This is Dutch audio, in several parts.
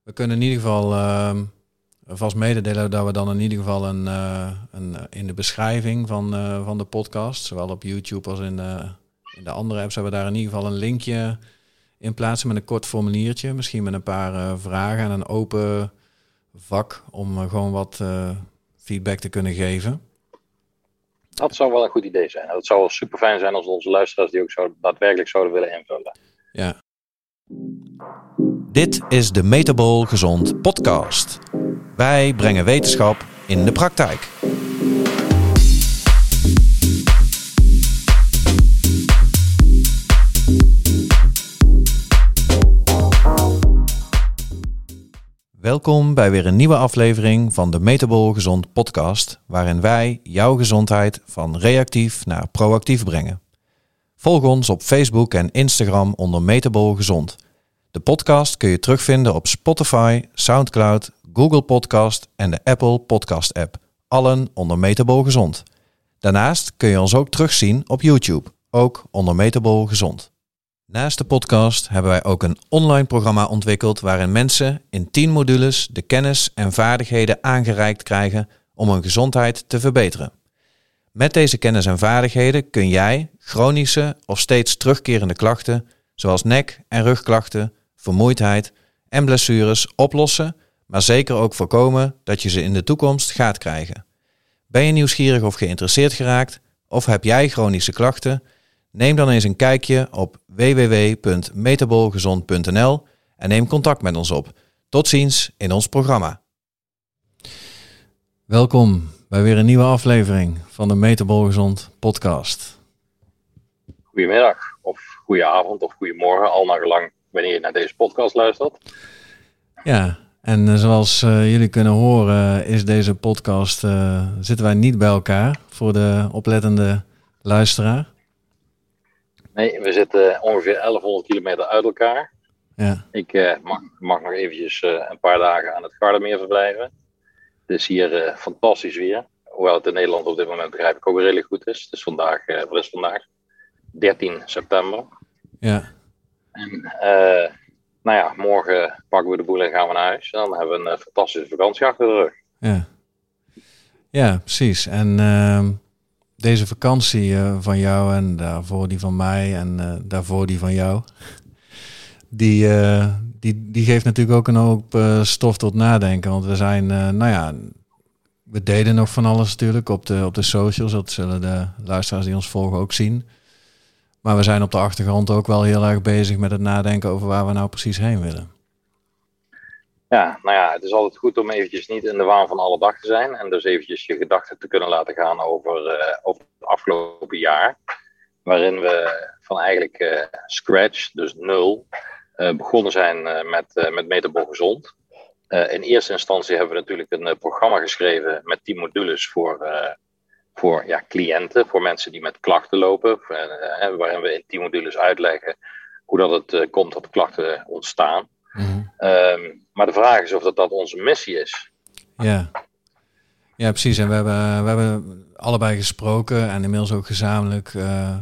We kunnen in ieder geval vast mededelen dat we dan in ieder geval in de beschrijving van de podcast, zowel op YouTube als in de andere apps, hebben we daar in ieder geval een linkje in plaatsen met een kort formuliertje. Misschien met een paar vragen en een open vak om gewoon wat feedback te kunnen geven. Dat zou wel een goed idee zijn. Het zou wel super fijn zijn als onze luisteraars die ook daadwerkelijk zouden willen invullen. Ja. Dit is de Metabol Gezond podcast. Wij brengen wetenschap in de praktijk. Welkom bij weer een nieuwe aflevering van de Metabol Gezond podcast, waarin wij jouw gezondheid van reactief naar proactief brengen. Volg ons op Facebook en Instagram onder Metabol Gezond. De podcast kun je terugvinden op Spotify, Soundcloud, Google Podcast en de Apple Podcast app. Allen onder Metabol Gezond. Daarnaast kun je ons ook terugzien op YouTube, ook onder Metabol Gezond. Naast de podcast hebben wij ook een online programma ontwikkeld waarin mensen in 10 modules de kennis en vaardigheden aangereikt krijgen om hun gezondheid te verbeteren. Met deze kennis en vaardigheden kun jij chronische of steeds terugkerende klachten zoals nek- en rugklachten, vermoeidheid en blessures oplossen, maar zeker ook voorkomen dat je ze in de toekomst gaat krijgen. Ben je nieuwsgierig of geïnteresseerd geraakt of heb jij chronische klachten? Neem dan eens een kijkje op www.metabolgezond.nl en neem contact met ons op. Tot ziens in ons programma. Welkom bij weer een nieuwe aflevering van de Metabol Gezond podcast. Goedemiddag, of goedenavond, of goedemorgen, al naar gelang wanneer je naar deze podcast luistert. Ja, en zoals jullie kunnen horen is deze podcast, zitten wij niet bij elkaar voor de oplettende luisteraar. Nee, we zitten ongeveer 1100 kilometer uit elkaar. Ja. Ik mag nog eventjes een paar dagen aan het Gardameer verblijven. Het is hier fantastisch weer. Hoewel het in Nederland op dit moment, begrijp ik, ook redelijk goed is. Het is vandaag, wat is vandaag? 13 september. Ja. En morgen pakken we de boel en gaan we naar huis. Dan hebben we een fantastische vakantie achter de rug. Ja, ja, precies. En deze vakantie van jou en daarvoor die van mij en daarvoor die van jou, die geeft natuurlijk ook een hoop stof tot nadenken. Want we zijn, we deden nog van alles natuurlijk op de socials. Dat zullen de luisteraars die ons volgen ook zien. Maar we zijn op de achtergrond ook wel heel erg bezig met het nadenken over waar we nou precies heen willen. Ja, het is altijd goed om eventjes niet in de waan van alle dag te zijn. En dus eventjes je gedachten te kunnen laten gaan over het afgelopen jaar. Waarin we van eigenlijk scratch, dus nul, begonnen zijn met Metabol Gezond. In eerste instantie hebben we natuurlijk een programma geschreven met 10 modules voor cliënten, voor mensen die met klachten lopen. Waarin we in 10 modules uitleggen hoe dat het komt dat klachten ontstaan. Mm-hmm. Maar de vraag is of dat onze missie is. Ja, precies. En we hebben allebei gesproken en inmiddels ook gezamenlijk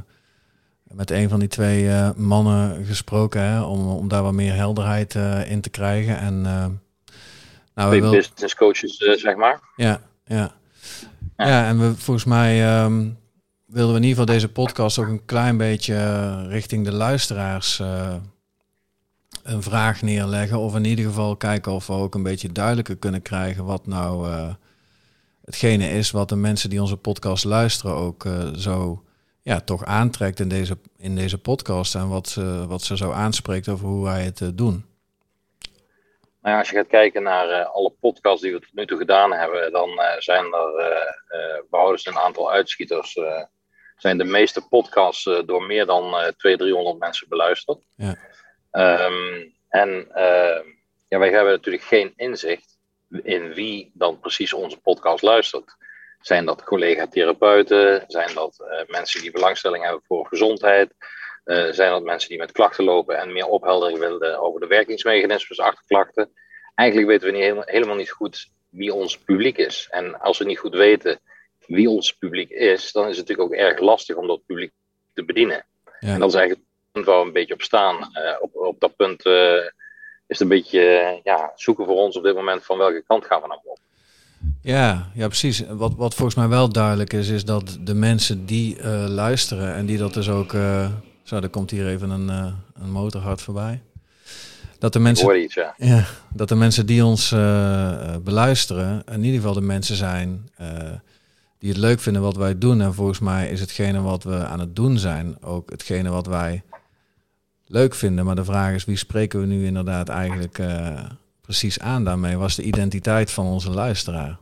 met een van die 2 mannen gesproken, hè, om daar wat meer helderheid in te krijgen. En 2 business coaches, zeg maar. Ja, en volgens mij wilden we in ieder geval deze podcast ook een klein beetje richting de luisteraars een vraag neerleggen. Of in ieder geval kijken of we ook een beetje duidelijker kunnen krijgen wat nou hetgene is wat de mensen die onze podcast luisteren ook zo toch aantrekt in deze podcast. En wat ze zo aanspreekt over hoe wij het doen. Nou ja, als je gaat kijken naar alle podcasts die we tot nu toe gedaan hebben, dan zijn er, behouden ze een aantal uitschieters, zijn de meeste podcasts door meer dan 200-300 mensen beluisterd. Ja. Wij hebben natuurlijk geen inzicht in wie dan precies onze podcast luistert. Zijn dat collega-therapeuten? Zijn dat mensen die belangstelling hebben voor gezondheid? Zijn dat mensen die met klachten lopen en meer opheldering willen over de werkingsmechanismes achter klachten? Eigenlijk weten we helemaal niet goed wie ons publiek is. En als we niet goed weten wie ons publiek is, dan is het natuurlijk ook erg lastig om dat publiek te bedienen. Ja. En dat is eigenlijk het punt waar we een beetje op staan. Op dat punt is het een beetje zoeken voor ons op dit moment van welke kant gaan we nou op. Ja, precies. Wat volgens mij wel duidelijk is dat de mensen die luisteren en die dat dus ook... er komt hier even een motorhard voorbij. Dat de mensen, ik hoor iets, ja. Dat de mensen die ons beluisteren in ieder geval de mensen zijn die het leuk vinden wat wij doen. En volgens mij is hetgene wat we aan het doen zijn ook hetgene wat wij leuk vinden. Maar de vraag is, wie spreken we nu inderdaad eigenlijk precies aan daarmee? Wat is de identiteit van onze luisteraar?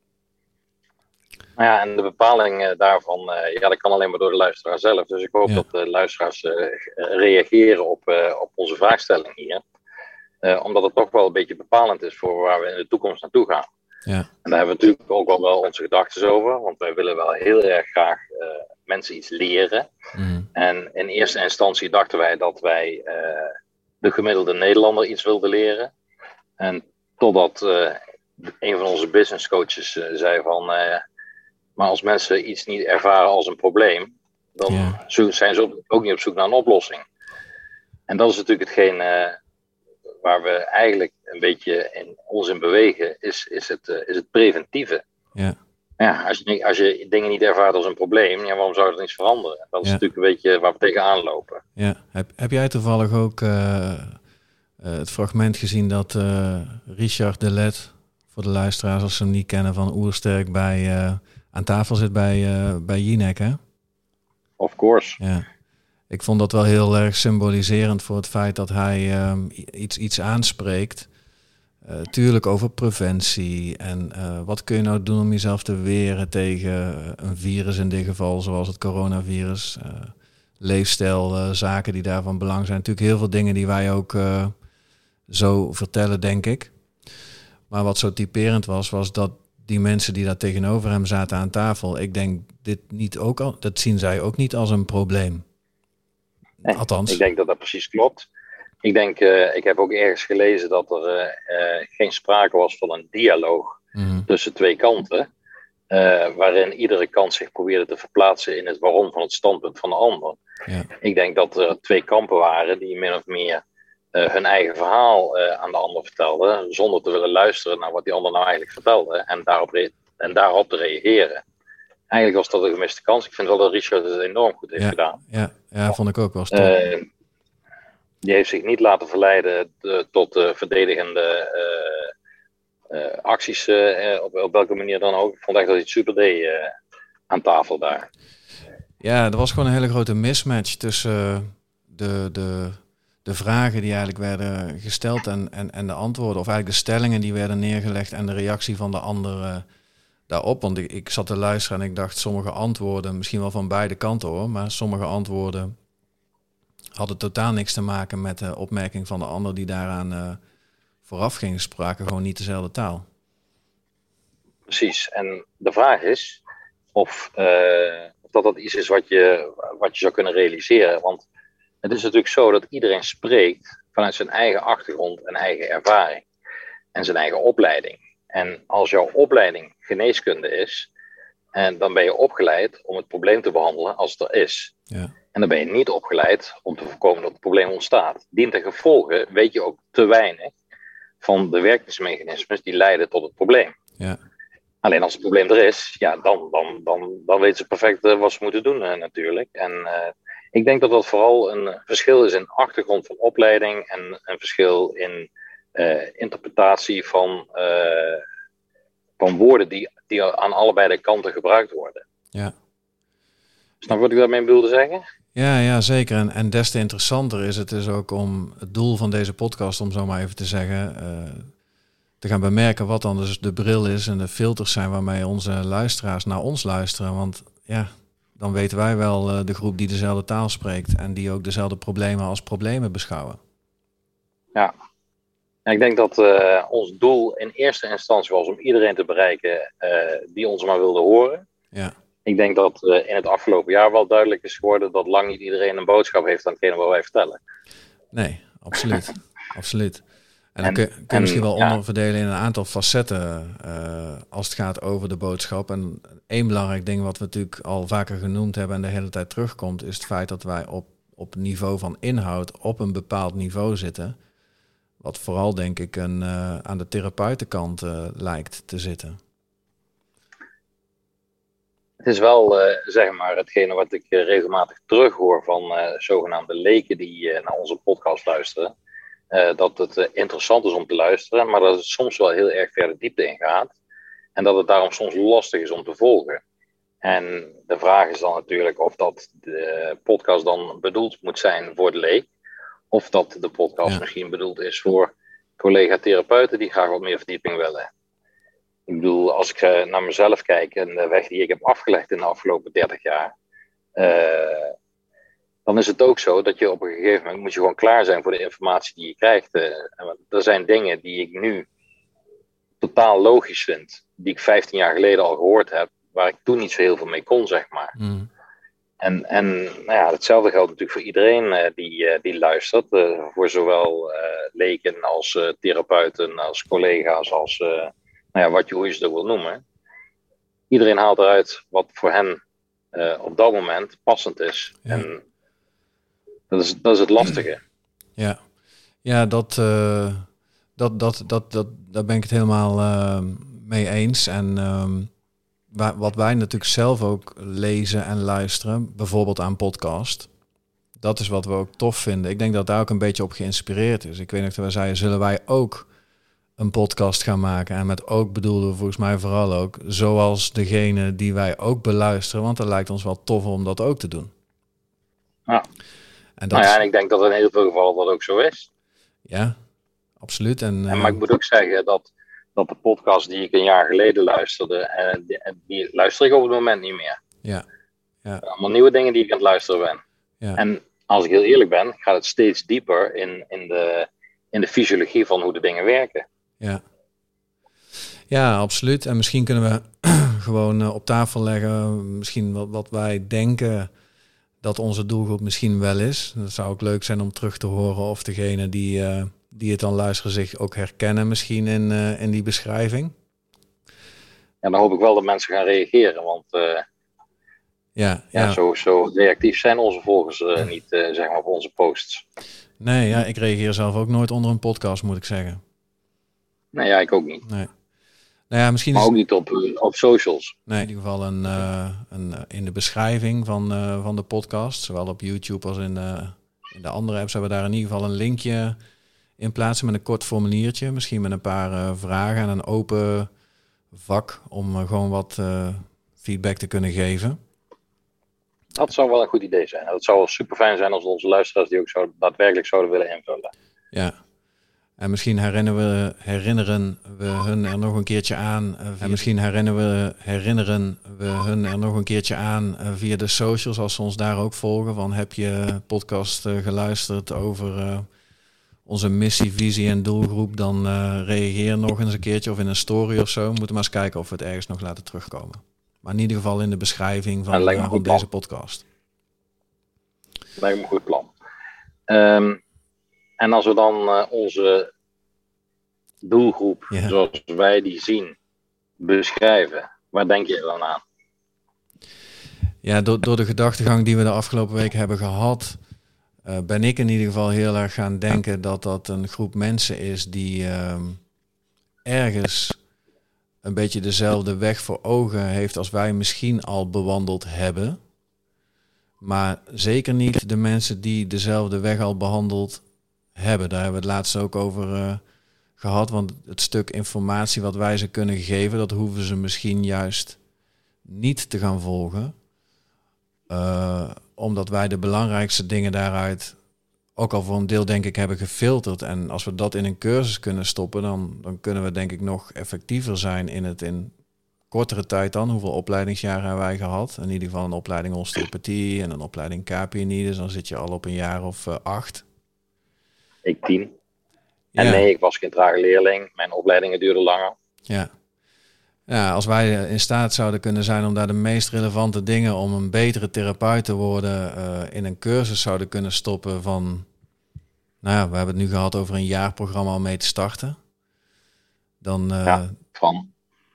Nou ja, en de bepaling daarvan, dat kan alleen maar door de luisteraar zelf. Dus ik hoop dat de luisteraars reageren op onze vraagstelling hier. Omdat het toch wel een beetje bepalend is voor waar we in de toekomst naartoe gaan. Ja. En daar hebben we natuurlijk ook wel onze gedachten over. Want wij willen wel heel erg graag mensen iets leren. Mm. En in eerste instantie dachten wij dat wij de gemiddelde Nederlander iets wilden leren. En totdat een van onze business coaches zei van... maar als mensen iets niet ervaren als een probleem... dan zijn ze ook niet op zoek naar een oplossing. En dat is natuurlijk hetgeen... waar we eigenlijk een beetje ons in bewegen, is het preventieve. Ja. Ja, als je dingen niet ervaart als een probleem, waarom zou er niets veranderen? Dat is natuurlijk een beetje waar we tegenaan lopen. Ja. Heb jij toevallig ook het fragment gezien dat Richard de Let, voor de luisteraars als ze hem niet kennen, van Oersterk aan tafel zit bij Jinek, hè? Of course. Ja. Ik vond dat wel heel erg symboliserend voor het feit dat hij iets aanspreekt. Tuurlijk over preventie en wat kun je nou doen om jezelf te weren tegen een virus in dit geval, zoals het coronavirus. Leefstijl, zaken die daarvan belang zijn. Natuurlijk heel veel dingen die wij ook zo vertellen, denk ik. Maar wat zo typerend was dat die mensen die daar tegenover hem zaten aan tafel, ik denk dat zien zij ook niet als een probleem. Nee, althans. Ik denk dat dat precies klopt. Ik denk, ik heb ook ergens gelezen dat er geen sprake was van een dialoog tussen twee kanten. Waarin iedere kant zich probeerde te verplaatsen in het waarom van het standpunt van de ander. Ja. Ik denk dat er twee kampen waren die min of meer hun eigen verhaal aan de ander vertelden. Zonder te willen luisteren naar wat die ander nou eigenlijk vertelde. En daarop te reageren. Eigenlijk was dat een gemiste kans. Ik vind wel dat Richard het enorm goed heeft gedaan. Ja, vond ik ook wel top. Die heeft zich niet laten verleiden tot verdedigende acties, op welke manier dan ook. Ik vond echt dat hij het super deed aan tafel daar. Ja, er was gewoon een hele grote mismatch tussen de vragen die eigenlijk werden gesteld en de antwoorden. Of eigenlijk de stellingen die werden neergelegd en de reactie van de ander daarop. Want ik zat te luisteren en ik dacht sommige antwoorden, misschien wel van beide kanten hoor, maar sommige antwoorden hadden totaal niks te maken met de opmerking van de ander die daaraan vooraf ging. Spraken gewoon niet dezelfde taal. Precies. En de vraag is of dat iets is wat je zou kunnen realiseren. Want het is natuurlijk zo dat iedereen spreekt vanuit zijn eigen achtergrond en eigen ervaring. En zijn eigen opleiding. En als jouw opleiding geneeskunde is, en dan ben je opgeleid om het probleem te behandelen als het er is. Ja. En dan ben je niet opgeleid om te voorkomen dat het probleem ontstaat. Dient weet je ook te weinig van de werkingsmechanismes die leiden tot het probleem. Ja. Alleen als het probleem er is, dan weten ze perfect wat ze moeten doen natuurlijk. En ik denk dat dat vooral een verschil is in achtergrond van opleiding en een verschil in interpretatie van woorden die aan allebei de kanten gebruikt worden. Ja. Snap je wat ik daarmee wilde zeggen? Ja, zeker. En des te interessanter is het dus ook om het doel van deze podcast, om zo maar even te zeggen, te gaan bemerken wat dan dus de bril is en de filters zijn waarmee onze luisteraars naar ons luisteren. Want ja, dan weten wij wel de groep die dezelfde taal spreekt en die ook dezelfde problemen als problemen beschouwen. Ja. Ik denk dat ons doel in eerste instantie was om iedereen te bereiken die ons maar wilde horen. Ja. Ik denk dat in het afgelopen jaar wel duidelijk is geworden dat lang niet iedereen een boodschap heeft aan hetgene wat wij vertellen. Nee, absoluut. Absoluut. En dan kun je misschien wel onderverdelen in een aantal facetten als het gaat over de boodschap. En één belangrijk ding wat we natuurlijk al vaker genoemd hebben en de hele tijd terugkomt, is het feit dat wij op niveau van inhoud op een bepaald niveau zitten. Wat vooral denk ik aan de therapeutenkant lijkt te zitten. Het is wel, zeg maar, hetgene wat ik regelmatig terughoor van zogenaamde leken die naar onze podcast luisteren. Dat het interessant is om te luisteren, maar dat het soms wel heel erg ver de diepte ingaat. En dat het daarom soms lastig is om te volgen. En de vraag is dan natuurlijk of dat de podcast dan bedoeld moet zijn voor de leek. Of dat de podcast misschien bedoeld is voor collega-therapeuten die graag wat meer verdieping willen. Ik bedoel, als ik naar mezelf kijk en de weg die ik heb afgelegd in de afgelopen 30 jaar. Dan is het ook zo dat je op een gegeven moment moet je gewoon klaar zijn voor de informatie die je krijgt. Er zijn dingen die ik nu totaal logisch vind. Die ik 15 jaar geleden al gehoord heb. Waar ik toen niet zo heel veel mee kon, zeg maar. Mm. En nou ja, hetzelfde geldt natuurlijk voor iedereen die luistert. Voor zowel leken als therapeuten, als collega's, als hoe je het ook wil noemen. Iedereen haalt eruit wat voor hen op dat moment passend is. Ja. En dat is het lastige. Ja, daar ben ik het helemaal mee eens. En wat wij natuurlijk zelf ook lezen en luisteren, bijvoorbeeld aan podcast, dat is wat we ook tof vinden. Ik denk dat daar ook een beetje op geïnspireerd is. Ik weet nog dat we zeiden, zullen wij ook een podcast gaan maken? En met ook bedoelden we volgens mij vooral ook zoals degene die wij ook beluisteren, want dat lijkt ons wel tof om dat ook te doen. Ja. En ik denk dat in heel veel gevallen dat ook zo is. Ja, absoluut. Maar ik moet ook zeggen dat de podcast die ik een jaar geleden luisterde, die luister ik op het moment niet meer. Ja. Allemaal nieuwe dingen die ik aan het luisteren ben. Ja. En als ik heel eerlijk ben, gaat het steeds dieper in de fysiologie van hoe de dingen werken. Ja, absoluut. En misschien kunnen we gewoon op tafel leggen, misschien wat wij denken dat onze doelgroep misschien wel is. Dat zou ook leuk zijn om terug te horen of degene die het dan luisteren zich ook herkennen misschien in die beschrijving. Ja, dan hoop ik wel dat mensen gaan reageren, want zo reactief zijn onze volgers niet zeg maar op onze posts. Nee, ja, ik reageer zelf ook nooit onder een podcast, moet ik zeggen. Nee, ja, ik ook niet. Nee. Nou ja, misschien maar ook niet op socials. Nee, in ieder geval in de beschrijving van de podcast, zowel op YouTube als in de andere apps, hebben we daar in ieder geval een linkje in plaatsen met een kort formuliertje, misschien met een paar vragen en een open vak om gewoon wat feedback te kunnen geven. Dat zou wel een goed idee zijn. Het zou wel super fijn zijn als onze luisteraars die ook daadwerkelijk zouden willen invullen. Ja. En misschien herinneren we hun er nog een keertje aan. Via de socials, als ze ons daar ook volgen. Van heb je podcast geluisterd over onze missie, visie en doelgroep, dan reageer nog eens een keertje of in een story of zo. We moeten maar eens kijken of we het ergens nog laten terugkomen. Maar in ieder geval in de beschrijving van deze podcast. Lijkt me een goed plan. En als we dan onze doelgroep, zoals wij die zien, beschrijven, waar denk je dan aan? Ja, door de gedachtegang die we de afgelopen week hebben gehad, ben ik in ieder geval heel erg gaan denken dat dat een groep mensen is die ergens een beetje dezelfde weg voor ogen heeft als wij misschien al bewandeld hebben. Maar zeker niet de mensen die dezelfde weg al behandeld hebben. Daar hebben we het laatst ook over gehad. Want het stuk informatie wat wij ze kunnen geven, dat hoeven ze misschien juist niet te gaan volgen. Omdat wij de belangrijkste dingen daaruit ook al voor een deel denk ik hebben gefilterd. En als we dat in een cursus kunnen stoppen, dan kunnen we denk ik nog effectiever zijn in kortere tijd dan. Hoeveel opleidingsjaren hebben wij gehad? In ieder geval een opleiding osteopathie en een opleiding KPNI. Dus dan zit je al op een jaar of 8. Ik 10. En nee, ik was geen trage leerling. Mijn opleidingen duurden langer. Ja, als wij in staat zouden kunnen zijn om daar de meest relevante dingen om een betere therapeut te worden in een cursus zouden kunnen stoppen van, we hebben het nu gehad over een jaarprogramma om mee te starten. Dan van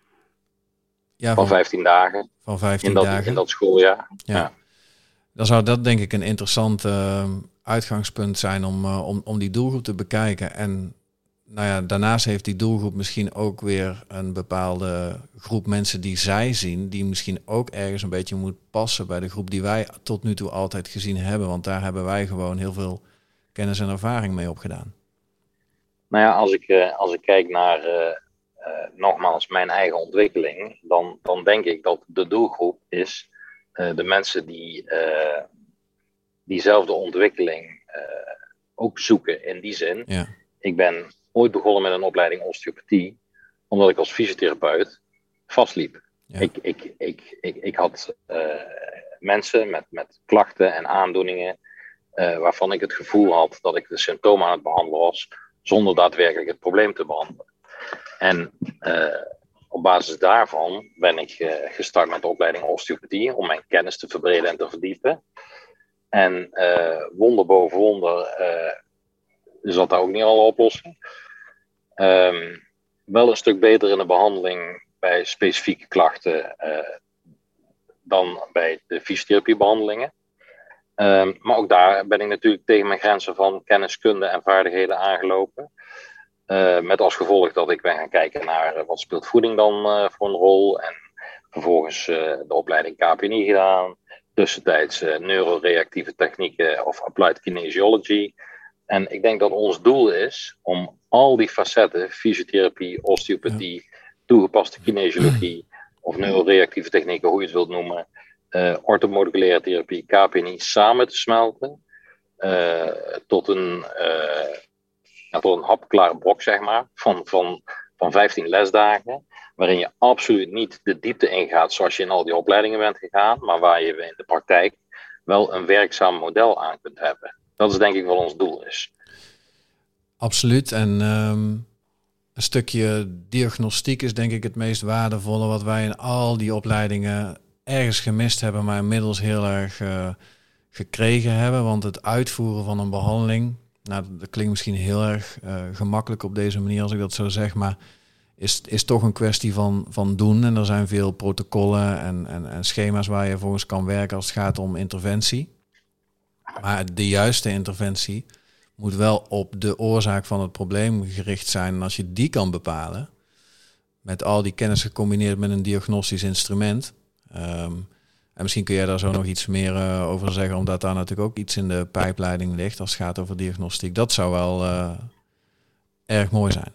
15 dagen. Van 15 dagen. In dat schooljaar. Ja. Dan zou dat denk ik een interessant uitgangspunt zijn om die doelgroep te bekijken. En daarnaast heeft die doelgroep misschien ook weer een bepaalde groep mensen die zij zien, die misschien ook ergens een beetje moet passen bij de groep die wij tot nu toe altijd gezien hebben. Want daar hebben wij gewoon heel veel kennis en ervaring mee opgedaan. Nou ja, als ik kijk naar nogmaals mijn eigen ontwikkeling, dan denk ik dat de doelgroep is de mensen die diezelfde ontwikkeling ook zoeken in die zin. Ja. Ik ben ooit begonnen met een opleiding osteopathie, omdat ik als fysiotherapeut vastliep. Ja. Ik had mensen met klachten en aandoeningen waarvan ik het gevoel had dat ik de symptomen aan het behandelen was, zonder daadwerkelijk het probleem te behandelen. En op basis daarvan ben ik gestart met de opleiding osteopathie om mijn kennis te verbreden en te verdiepen. En wonder boven wonder zat daar ook niet alle oplossing. Wel een stuk beter in de behandeling bij specifieke klachten dan bij de fysiotherapiebehandelingen. Maar ook daar ben ik natuurlijk tegen mijn grenzen van kenniskunde en vaardigheden aangelopen. Met als gevolg dat ik ben gaan kijken naar wat speelt voeding dan voor een rol. En vervolgens de opleiding KPNI gedaan. Tussentijds neuroreactieve technieken of applied kinesiology. En ik denk dat ons doel is om al die facetten, fysiotherapie, osteopathie, toegepaste kinesiologie of neuroreactieve technieken, hoe je het wilt noemen, orthomodulaire therapie, KPNI, samen te smelten tot een hapklare brok, zeg maar, van 15 lesdagen, waarin je absoluut niet de diepte ingaat zoals je in al die opleidingen bent gegaan, maar waar je in de praktijk wel een werkzaam model aan kunt hebben. Dat is denk ik wat ons doel is. Absoluut. En een stukje diagnostiek is denk ik het meest waardevolle wat wij in al die opleidingen ergens gemist hebben, maar inmiddels heel erg gekregen hebben. Want het uitvoeren van een behandeling, nou, dat klinkt misschien heel erg gemakkelijk op deze manier als ik dat zo zeg, maar is toch een kwestie van doen. En er zijn veel protocollen en schema's waar je volgens kan werken als het gaat om interventie. Maar de juiste interventie moet wel op de oorzaak van het probleem gericht zijn. En als je die kan bepalen, met al die kennis gecombineerd met een diagnostisch instrument. En misschien kun jij daar zo nog iets meer over zeggen, omdat daar natuurlijk ook iets in de pijpleiding ligt als het gaat over diagnostiek. Dat zou wel erg mooi zijn.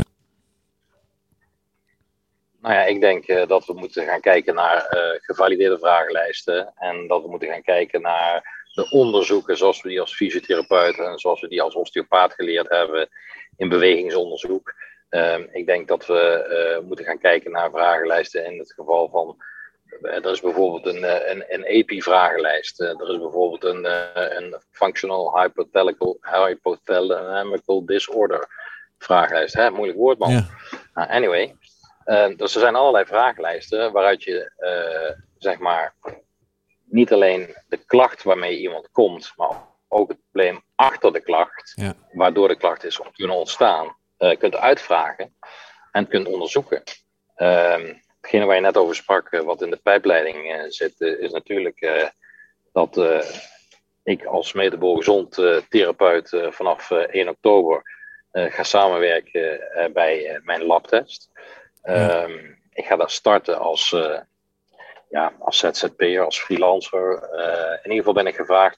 Nou ja, ik denk dat we moeten gaan kijken naar gevalideerde vragenlijsten. En dat we moeten gaan kijken naar de onderzoeken zoals we die als fysiotherapeut en zoals we die als osteopaat geleerd hebben in bewegingsonderzoek. Ik denk dat we moeten gaan kijken naar vragenlijsten in het geval van, er is bijvoorbeeld een EPI-vragenlijst. Er is bijvoorbeeld een Functional Hypothalamical Disorder vragenlijst. Hè? Moeilijk woord, man. Ja. Anyway, dus er zijn allerlei vragenlijsten waaruit je, zeg maar, niet alleen de klacht waarmee iemand komt, maar ook het probleem achter de klacht, waardoor de klacht is kunnen ontstaan, kunt uitvragen en kunt onderzoeken. Hetgene waar je net over sprak, wat in de pijpleiding zit, is natuurlijk dat ik als metabol gezond therapeut vanaf 1 oktober ga samenwerken bij mijn labtest. Ik ga daar starten als ZZP'er, als freelancer. In ieder geval ben ik gevraagd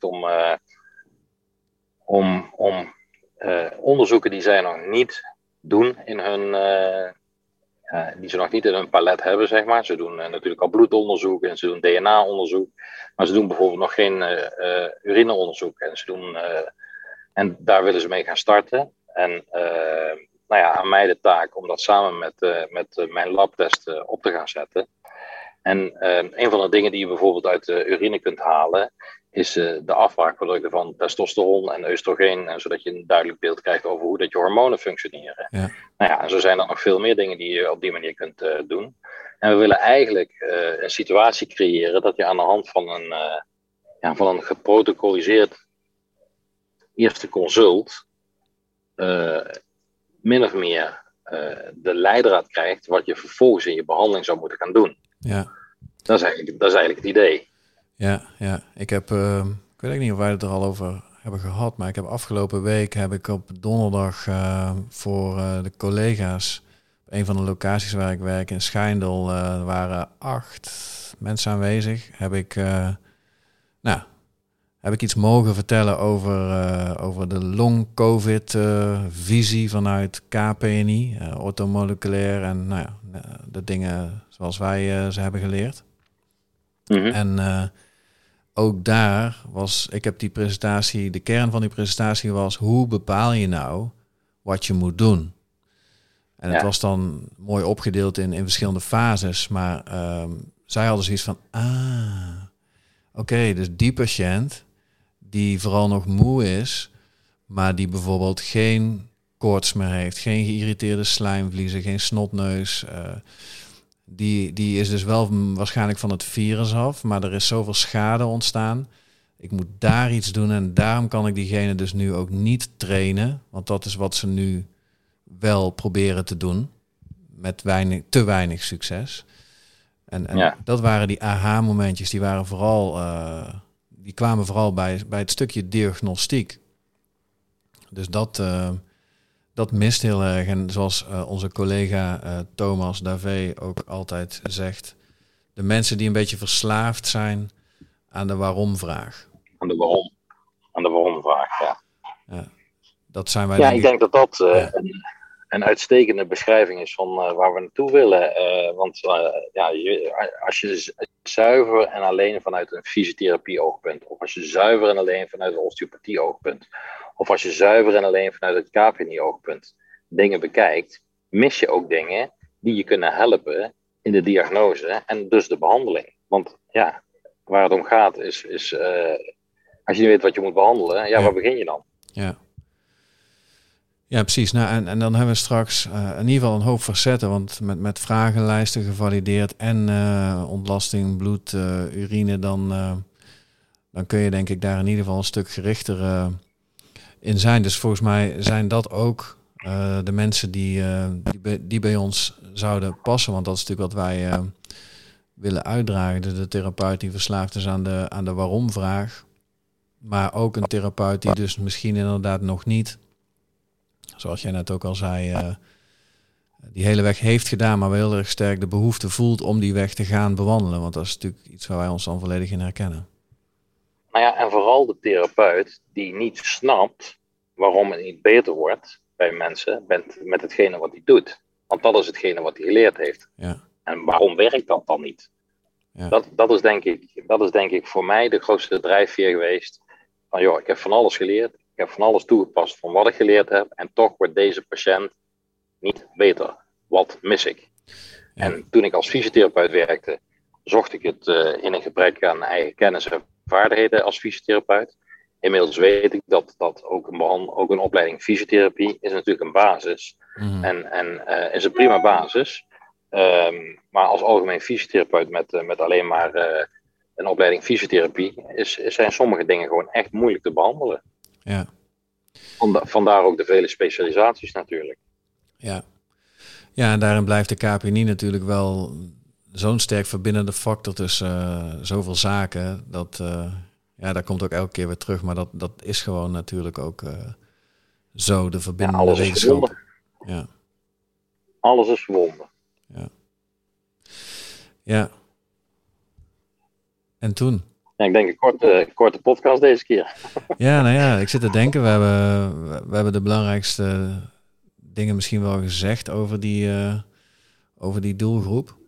om onderzoeken die zij nog niet doen in hun, die ze nog niet in hun palet hebben, zeg maar. Ze doen natuurlijk al bloedonderzoek en ze doen DNA-onderzoek, maar ze doen bijvoorbeeld nog geen urineonderzoek. En daar willen ze mee gaan starten. En aan mij de taak om dat samen met mijn labtest op te gaan zetten. En een van de dingen die je bijvoorbeeld uit de urine kunt halen, is de afbraakprodocten van testosteron en oestrogeen, zodat je een duidelijk beeld krijgt over hoe dat je hormonen functioneren. Ja. En zo zijn er nog veel meer dingen die je op die manier kunt doen. En we willen eigenlijk een situatie creëren dat je aan de hand van een geprotocoliseerd eerste consult min of meer de leidraad krijgt wat je vervolgens in je behandeling zou moeten gaan doen. Ja. Dat is eigenlijk het idee. Ja. Ik weet niet of wij het er al over hebben gehad. Maar ik heb afgelopen week op donderdag voor de collega's op een van de locaties waar ik werk in Schijndel, er waren 8 mensen aanwezig. Heb ik iets mogen vertellen over de long-covid-visie vanuit KPNI, orthomoleculair en de dingen zoals wij ze hebben geleerd. Mm-hmm. En ook daar ik heb die presentatie, de kern van die presentatie was, hoe bepaal je nou wat je moet doen? En het was dan mooi opgedeeld in verschillende fases, maar zij hadden zoiets van, oké, dus die patiënt die vooral nog moe is, maar die bijvoorbeeld geen koorts meer heeft, geen geïrriteerde slijmvliezen, geen snotneus, die is dus wel waarschijnlijk van het virus af, maar er is zoveel schade ontstaan. Ik moet daar iets doen en daarom kan ik diegene dus nu ook niet trainen, want dat is wat ze nu wel proberen te doen, met te weinig succes. En dat waren die aha-momentjes, die waren vooral, die kwamen vooral bij het stukje diagnostiek. Dus dat mist heel erg. En zoals onze collega Thomas Davé ook altijd zegt, de mensen die een beetje verslaafd zijn aan de waarom-vraag. Aan de waarom-vraag, ja. Dat zijn wij. Ja, ik denk dat een uitstekende beschrijving is van waar we naartoe willen. Als je zuiver en alleen vanuit een fysiotherapie-oogpunt, of als je zuiver en alleen vanuit een osteopathie-oogpunt, of als je zuiver en alleen vanuit het KPNI-oogpunt dingen bekijkt, mis je ook dingen die je kunnen helpen in de diagnose en dus de behandeling. Want waar het om gaat is als je niet weet wat je moet behandelen, waar begin je dan? Ja, precies. Nou, en dan hebben we straks in ieder geval een hoop facetten, want met vragenlijsten gevalideerd en ontlasting, bloed, urine, dan kun je denk ik daar in ieder geval een stuk gerichter in zijn. Dus volgens mij zijn dat ook de mensen die bij ons zouden passen, want dat is natuurlijk wat wij willen uitdragen. Dus de therapeut die verslaafd is aan de waarom-vraag, maar ook een therapeut die dus misschien inderdaad nog niet, zoals jij net ook al zei, die hele weg heeft gedaan, maar wel heel erg sterk de behoefte voelt om die weg te gaan bewandelen. Want dat is natuurlijk iets waar wij ons dan volledig in herkennen. Nou ja, en vooral de therapeut die niet snapt waarom het niet beter wordt bij mensen met hetgene wat hij doet. Want dat is hetgene wat hij geleerd heeft. Ja. En waarom werkt dat dan niet? Ja. Dat is denk ik voor mij de grootste drijfveer geweest. Van ik heb van alles geleerd. Ik heb van alles toegepast van wat ik geleerd heb. En toch wordt deze patiënt niet beter. Wat mis ik? Ja. En toen ik als fysiotherapeut werkte, zocht ik het in een gebrek aan eigen kennis en vaardigheden als fysiotherapeut. Inmiddels weet ik dat ook een opleiding fysiotherapie is natuurlijk een basis. Mm-hmm. En is een prima basis. Maar als algemeen fysiotherapeut met alleen maar een opleiding fysiotherapie zijn sommige dingen gewoon echt moeilijk te behandelen. Ja. Vandaar ook de vele specialisaties natuurlijk. Ja, en daarin blijft de KPNI natuurlijk wel zo'n sterk verbindende factor tussen zoveel zaken. Daar komt ook elke keer weer terug. Maar dat is gewoon natuurlijk ook zo, de verbindende wetenschap. Ja. Alles is verbonden. Ja. En toen? Ja, ik denk een korte podcast deze keer. Ja, ik zit te denken. We hebben de belangrijkste dingen misschien wel gezegd over die doelgroep.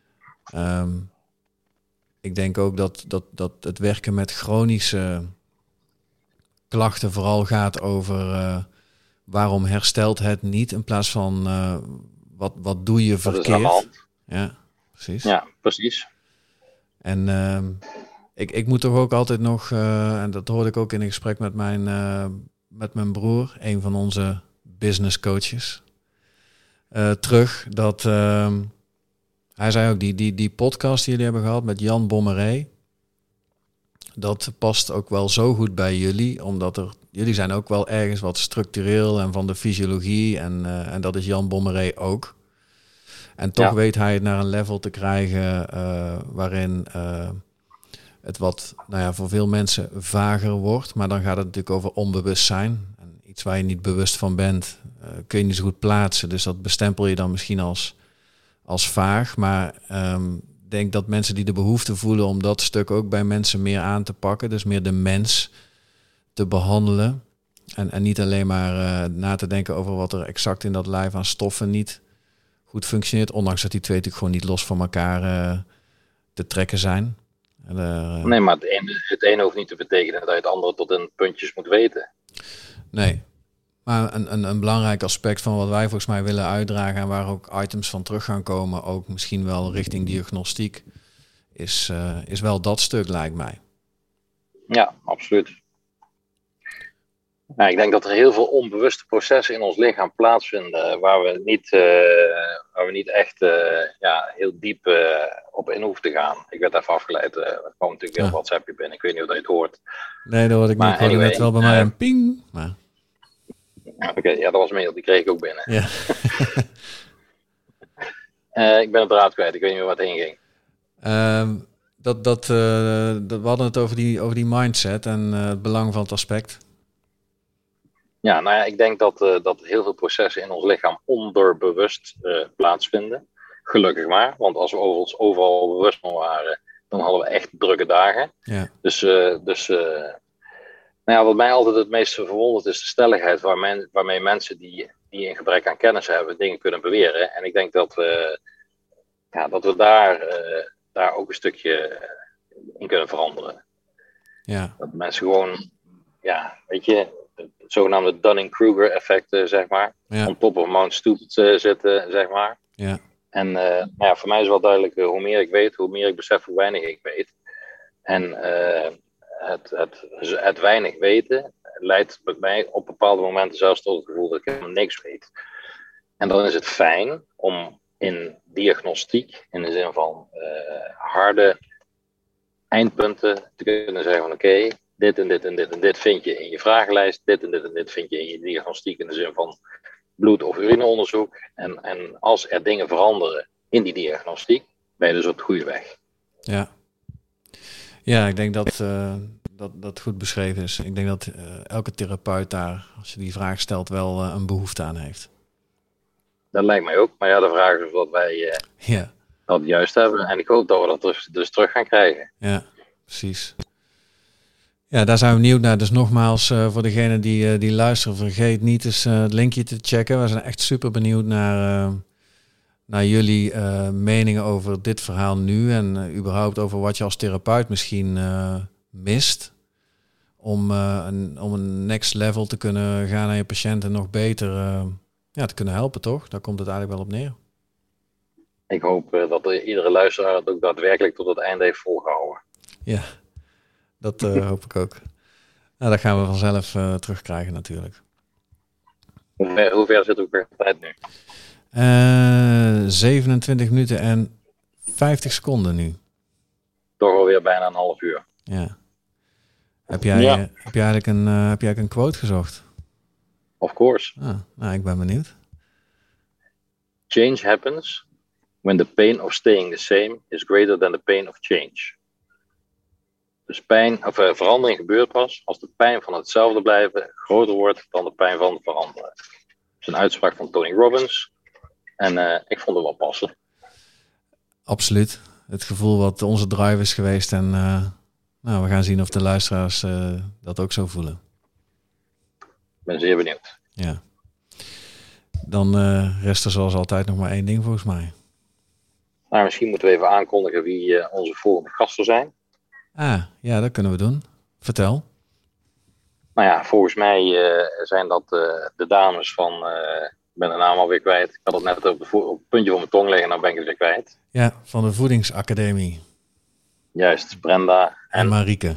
Ik denk ook dat het werken met chronische klachten vooral gaat over waarom herstelt het niet in plaats van wat doe je verkeerd. Ja, precies. Ja, precies. En ik moet toch ook altijd nog, en dat hoorde ik ook in een gesprek met mijn broer, een van onze business coaches, terug, dat hij zei ook, die podcast die jullie hebben gehad met Jan Bommeré, dat past ook wel zo goed bij jullie, omdat jullie zijn ook wel ergens wat structureel en van de fysiologie en dat is Jan Bommeré ook. En toch weet hij het naar een level te krijgen waarin het wat voor veel mensen vager wordt. Maar dan gaat het natuurlijk over onbewustzijn. En iets waar je niet bewust van bent, kun je niet zo goed plaatsen. Dus dat bestempel je dan misschien als vaag. Maar ik denk dat mensen die de behoefte voelen om dat stuk ook bij mensen meer aan te pakken. Dus meer de mens te behandelen. En niet alleen maar na te denken over wat er exact in dat lijf aan stoffen niet goed functioneert. Ondanks dat die twee natuurlijk gewoon niet los van elkaar te trekken zijn. Nee, maar het ene hoeft niet te betekenen dat je het andere tot in puntjes moet weten. Nee, maar een belangrijk aspect van wat wij volgens mij willen uitdragen en waar ook items van terug gaan komen, ook misschien wel richting diagnostiek, is wel dat stuk, lijkt mij. Ja, absoluut. Nou, ik denk dat er heel veel onbewuste processen in ons lichaam plaatsvinden waar we niet echt heel diep op in hoeven te gaan. Ik werd even afgeleid. Er kwam natuurlijk weer een WhatsAppje binnen. Ik weet niet of je het hoort. Nee, dat hoorde ik niet. Ik hoorde net wel bij mij een ping. Maar... Oké, dat was mail. Die kreeg ik ook binnen. Ja. Ik ben het draad kwijt. Ik weet niet meer wat heen ging. We hadden het over die mindset en het belang van het aspect. Ja, nou ja, ik denk dat heel veel processen in ons lichaam onderbewust plaatsvinden. Gelukkig maar, want als we ons overal bewust van waren, dan hadden we echt drukke dagen. Ja. Dus wat mij altijd het meest verwondert is de stelligheid waarmee mensen die een gebrek aan kennis hebben, dingen kunnen beweren. En ik denk dat we daar ook een stukje in kunnen veranderen. Ja. Dat mensen gewoon, het zogenaamde Dunning-Kruger effect, zeg maar. Ja. On top of Mount Stupid zitten, zeg maar. Ja. En voor mij is wel duidelijk, hoe meer ik weet, hoe meer ik besef hoe weinig ik weet. En het weinig weten leidt bij mij op bepaalde momenten zelfs tot het gevoel dat ik helemaal niks weet. En dan is het fijn om in diagnostiek, in de zin van harde eindpunten, te kunnen zeggen van oké, dit en dit en dit en dit vind je in je vragenlijst, dit en dit en dit vind je in je diagnostiek in de zin van bloed- of urineonderzoek. En als er dingen veranderen in die diagnostiek, ben je dus op de goede weg. Ja, ik denk dat goed beschreven is. Ik denk dat elke therapeut daar, als je die vraag stelt, wel een behoefte aan heeft. Dat lijkt mij ook. Maar ja, de vraag is of dat wij dat juist hebben. En ik hoop dat we dat dus terug gaan krijgen. Ja, precies. Ja, daar zijn we benieuwd naar. Dus nogmaals, voor degenen die luisteren, vergeet niet eens het linkje te checken. We zijn echt super benieuwd naar jullie meningen over dit verhaal nu. En überhaupt over wat je als therapeut misschien mist. Om een next level te kunnen gaan aan je patiënten nog beter te kunnen helpen, toch? Daar komt het eigenlijk wel op neer. Ik hoop dat iedere luisteraar het ook daadwerkelijk tot het einde heeft volgehouden. Ja, dat hoop ik ook. Nou, dat gaan we vanzelf terugkrijgen natuurlijk. Hoe ver zit ook weer de tijd nu? 27 minuten en 50 seconden nu. Toch alweer bijna een half uur. Ja. Heb jij eigenlijk een quote gezocht? Of course. Nou, ik ben benieuwd. Change happens when the pain of staying the same is greater than the pain of change. Dus verandering gebeurt pas als de pijn van hetzelfde blijven groter wordt dan de pijn van het veranderen. Dat is een uitspraak van Tony Robbins. En ik vond het wel passen. Absoluut. Het gevoel wat onze drive is geweest. En we gaan zien of de luisteraars dat ook zo voelen. Ik ben zeer benieuwd. Ja. Dan rest er zoals altijd nog maar één ding volgens mij. Nou, misschien moeten we even aankondigen wie onze volgende gasten zijn. Ja, dat kunnen we doen. Vertel. Nou ja, volgens mij zijn dat de dames van... ik ben de naam alweer kwijt. Ik had het net op het puntje van mijn tong liggen, nou ben ik het weer kwijt. Ja, van de Voedingsacademie. Juist, Brenda en Marieke.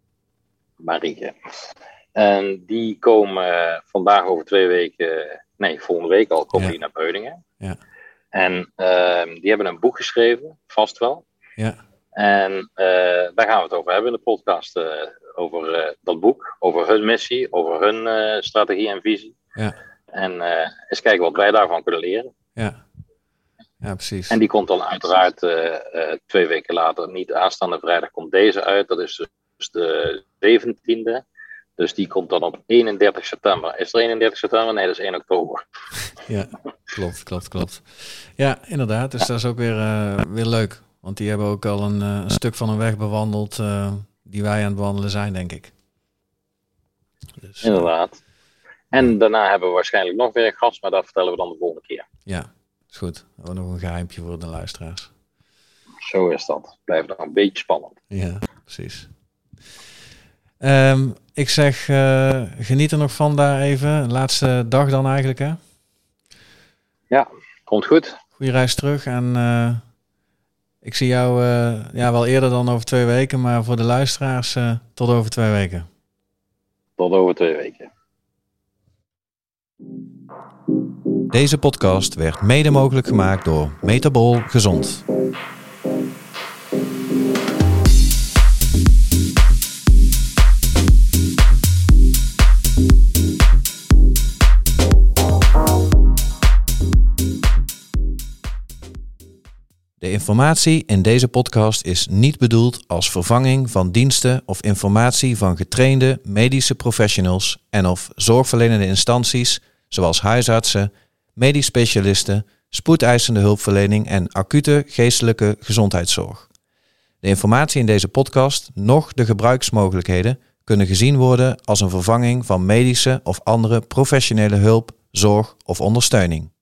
En die komen vandaag over 2 weken... volgende week al komen die naar Beuningen. Ja. En die hebben een boek geschreven, vast wel. Ja. En daar gaan we het over hebben in de podcast. Over dat boek, over hun missie, over hun strategie en visie. Ja. En eens kijken wat wij daarvan kunnen leren. Ja. Ja, precies. En die komt dan uiteraard 2 weken later. Niet aanstaande vrijdag komt deze uit. Dat is dus de 17e. Dus die komt dan op 31 september. Is er 31 september? Nee, dat is 1 oktober. Ja, klopt. Ja, inderdaad. Dus dat is ook weer leuk. Want die hebben ook al een stuk van een weg bewandeld die wij aan het bewandelen zijn, denk ik. Dus, inderdaad. En daarna hebben we waarschijnlijk nog weer een gast, maar dat vertellen we dan de volgende keer. Ja, is goed. Ook nog een geheimpje voor de luisteraars. Zo is dat. Blijft nog een beetje spannend. Ja, precies. Ik zeg, geniet er nog van daar even. Laatste dag dan eigenlijk, hè? Ja, komt goed. Goeie reis terug. En ik zie jou wel eerder dan over 2 weken. Maar voor de luisteraars tot over 2 weken. Tot over 2 weken. Deze podcast werd mede mogelijk gemaakt door Metabol Gezond. De informatie in deze podcast is niet bedoeld als vervanging van diensten of informatie van getrainde medische professionals en of zorgverlenende instanties zoals huisartsen, medisch specialisten, spoedeisende hulpverlening en acute geestelijke gezondheidszorg. De informatie in deze podcast, noch de gebruiksmogelijkheden, kunnen gezien worden als een vervanging van medische of andere professionele hulp, zorg of ondersteuning.